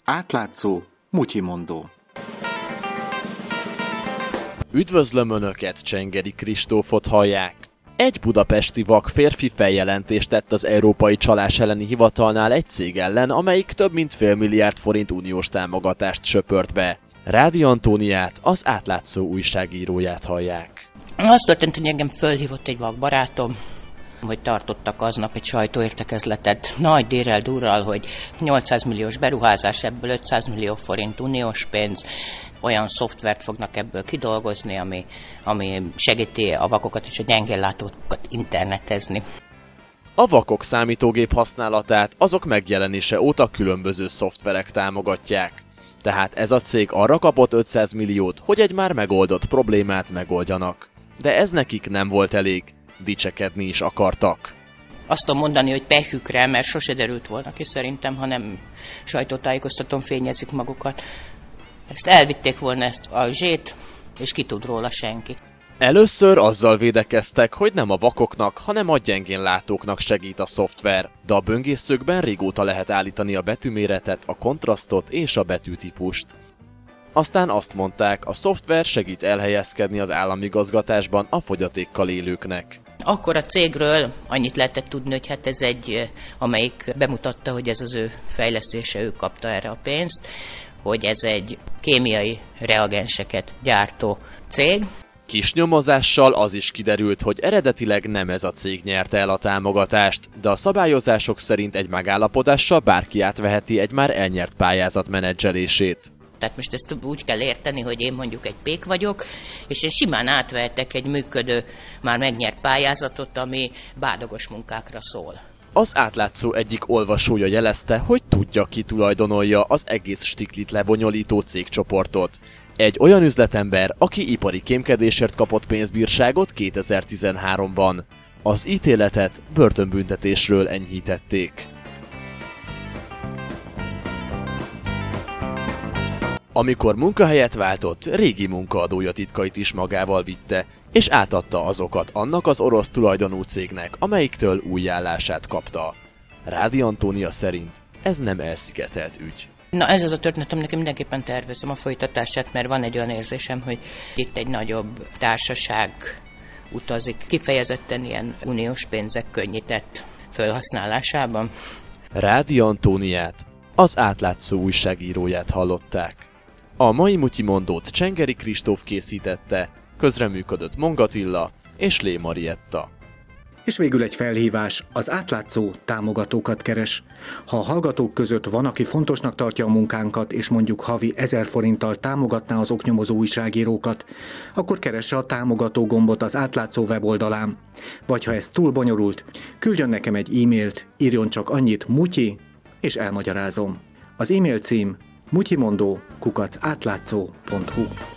Átlátszó, mutyimondó. Üdvözlöm Önöket, Csengeri Kristófot hallják. Egy budapesti vak férfi feljelentést tett az Európai Csalás elleni Hivatalnál egy cég ellen, amelyik több mint $500 millió uniós támogatást söpört be. Rádi Antóniát, az Átlátszó újságíróját hallják. Az történt, hogy engem fölhívott egy vakbarátom, hogy tartottak aznap egy sajtóértekezletet nagy dérrel durral, hogy 800 milliós beruházás, ebből 500 millió forint uniós pénz, olyan szoftvert fognak ebből kidolgozni, ami segíti a vakokat és a gyengéllátókat internetezni. A vakok számítógép használatát azok megjelenése óta különböző szoftverek támogatják. Tehát ez a cég arra kapott 500 milliót, hogy egy már megoldott problémát megoldjanak. De ez nekik nem volt elég, dicsekedni is akartak. Azt tudom mondani, hogy pehükre, mert sose derült volna ki szerintem, ha nem sajtótájékoztatón fényezik magukat. Ezt elvitték volna ezt a zsét, és ki tud róla senki. Először azzal védekeztek, hogy nem a vakoknak, hanem a gyengén látóknak segít a szoftver, de a böngészőkben régóta lehet állítani a betűméretet, a kontrasztot és a betűtípust. Aztán azt mondták, a szoftver segít elhelyezkedni az államigazgatásban a fogyatékkal élőknek. Akkor a cégről annyit lehetett tudni, hogy hát ez egy, amelyik bemutatta, hogy ez az ő fejlesztése, ő kapta erre a pénzt, hogy ez egy kémiai reagenseket gyártó cég. Kis nyomozással az is kiderült, hogy eredetileg nem ez a cég nyerte el a támogatást, de a szabályozások szerint egy megállapodással bárki átveheti egy már elnyert pályázat menedzselését. Tehát most ezt úgy kell érteni, hogy én mondjuk egy pék vagyok, és én simán átvehetek egy működő, már megnyert pályázatot, ami bádogos munkákra szól. Az Átlátszó egyik olvasója jelezte, hogy tudja, ki tulajdonolja az egész stiklit lebonyolító cégcsoportot. Egy olyan üzletember, aki ipari kémkedésért kapott pénzbírságot 2013-ban. Az ítéletet börtönbüntetésről enyhítették. Amikor munkahelyet váltott, régi munkaadója titkait is magával vitte, és átadta azokat annak az orosz tulajdonú cégnek, amelyiktől új állását kapta. Rádi Antónia szerint ez nem elszigetelt ügy. Na ez az a történet, aminek mindenképpen tervezem a folytatását, mert van egy olyan érzésem, hogy itt egy nagyobb társaság utazik, kifejezetten ilyen uniós pénzek könnyített felhasználásában. Rádi Antóniát, az Átlátszó újságíróját hallották. A mai mutyimondót Csengeri Kristóf készítette, közreműködött Mongatilla és Lé Marietta. És végül egy felhívás, az Átlátszó támogatókat keres. Ha a hallgatók között van, aki fontosnak tartja a munkánkat, és mondjuk havi 1000 forinttal támogatná az oknyomozó újságírókat, akkor keresse a támogató gombot az Átlátszó weboldalán. Vagy ha ez túl bonyolult, küldjön nekem egy e-mailt, írjon csak annyit mutyi, és elmagyarázom. Az e-mail cím mutyimondó@átlátszó.hu.